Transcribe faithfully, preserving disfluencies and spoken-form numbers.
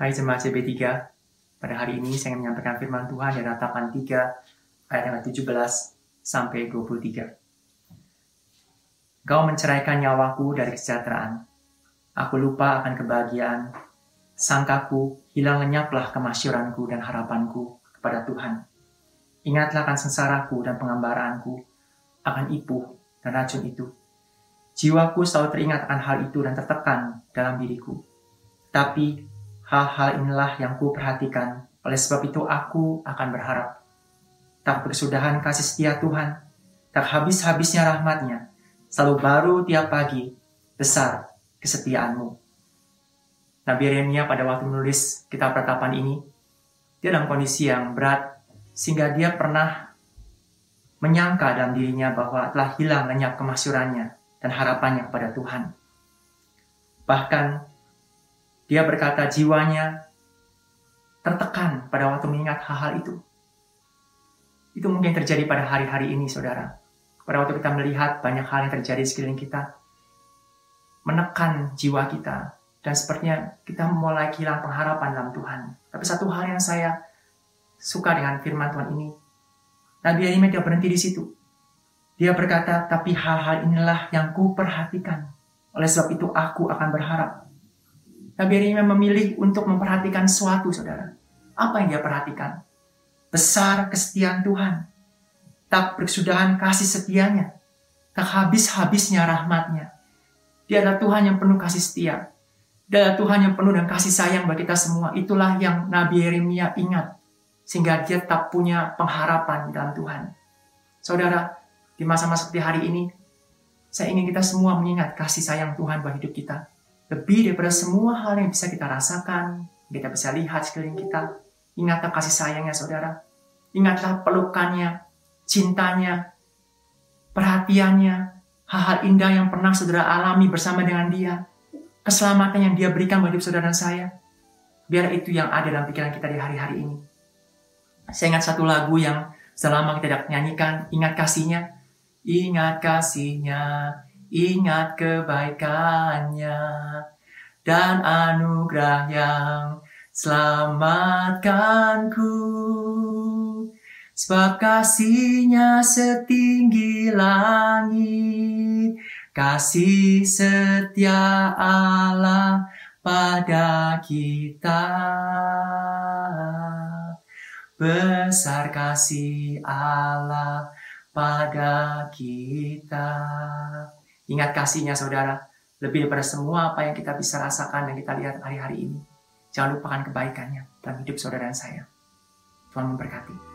Hai jemaat C B tiga, pada hari ini saya ingin menyampaikan firman Tuhan dari Ratapan tiga ayat yang tujuh belas sampai dua puluh tiga. Kau menceraikan nyawaku dari kesejahteraan, aku lupa akan kebahagiaan, sangkaku hilang lenyaplah kemasyuranku dan harapanku kepada Tuhan. Ingatlah akan sengsaraku dan pengembaraanku, akan ipuh dan racun itu. Jiwaku selalu teringat akan hal itu dan tertekan dalam diriku. Tapi hal-hal inilah yang ku perhatikan, oleh sebab itu aku akan berharap. Tak berkesudahan kasih setia Tuhan, tak habis-habisnya rahmat-Nya, selalu baru tiap pagi, besar kesetiaan-Mu. Nabi Yeremia pada waktu menulis kitab Ratapan ini, dia dalam kondisi yang berat, sehingga dia pernah menyangka dalam dirinya bahwa telah hilang lenyap kemasyurannya dan harapannya kepada Tuhan. Bahkan dia berkata jiwanya tertekan pada waktu mengingat hal-hal itu. Itu mungkin terjadi pada hari-hari ini, saudara. Pada waktu kita melihat banyak hal yang terjadi di sekeliling kita, menekan jiwa kita, dan sepertinya kita mulai kehilangan pengharapan dalam Tuhan. Tapi satu hal yang saya suka dengan firman Tuhan ini, Nabi Yeremia tidak berhenti di situ. Dia berkata, tapi hal-hal inilah yang ku perhatikan. Oleh sebab itu aku akan berharap. Nabi Yeremia memilih untuk memperhatikan sesuatu, saudara. Apa yang dia perhatikan? Besar kesetiaan Tuhan. Tak berkesudahan kasih setianya. Tak habis-habisnya rahmat-Nya. Dia adalah Tuhan yang penuh kasih setia. Dia adalah Tuhan yang penuh dan kasih sayang bagi kita semua. Itulah yang Nabi Yeremia ingat. Sehingga dia tak punya pengharapan dalam Tuhan. Saudara, di masa-masa seperti hari ini, saya ingin kita semua mengingat kasih sayang Tuhan buat hidup kita. Lebih daripada semua hal yang bisa kita rasakan, kita bisa lihat sekeliling kita. Ingatlah kasih sayangnya, saudara. Ingatlah pelukannya, cintanya, perhatiannya, hal-hal indah yang pernah saudara alami bersama dengan dia. Keselamatan yang dia berikan bagi hidup saudara dan saya. Biar itu yang ada dalam pikiran kita di hari-hari ini. Saya ingat satu lagu yang selama kita tidak nyanyikan, ingat kasihnya. Ingat kasihnya, ingat kebaikannya, dan anugerah yang selamatkanku. Sebab kasihnya setinggi langit, kasih setia Allah pada kita. Besar kasih Allah pada kita. Ingat kasihnya, saudara. Lebih daripada semua apa yang kita bisa rasakan dan kita lihat hari-hari ini. Jangan lupakan kebaikannya dalam hidup saudara dan saya. Tuhan memberkati.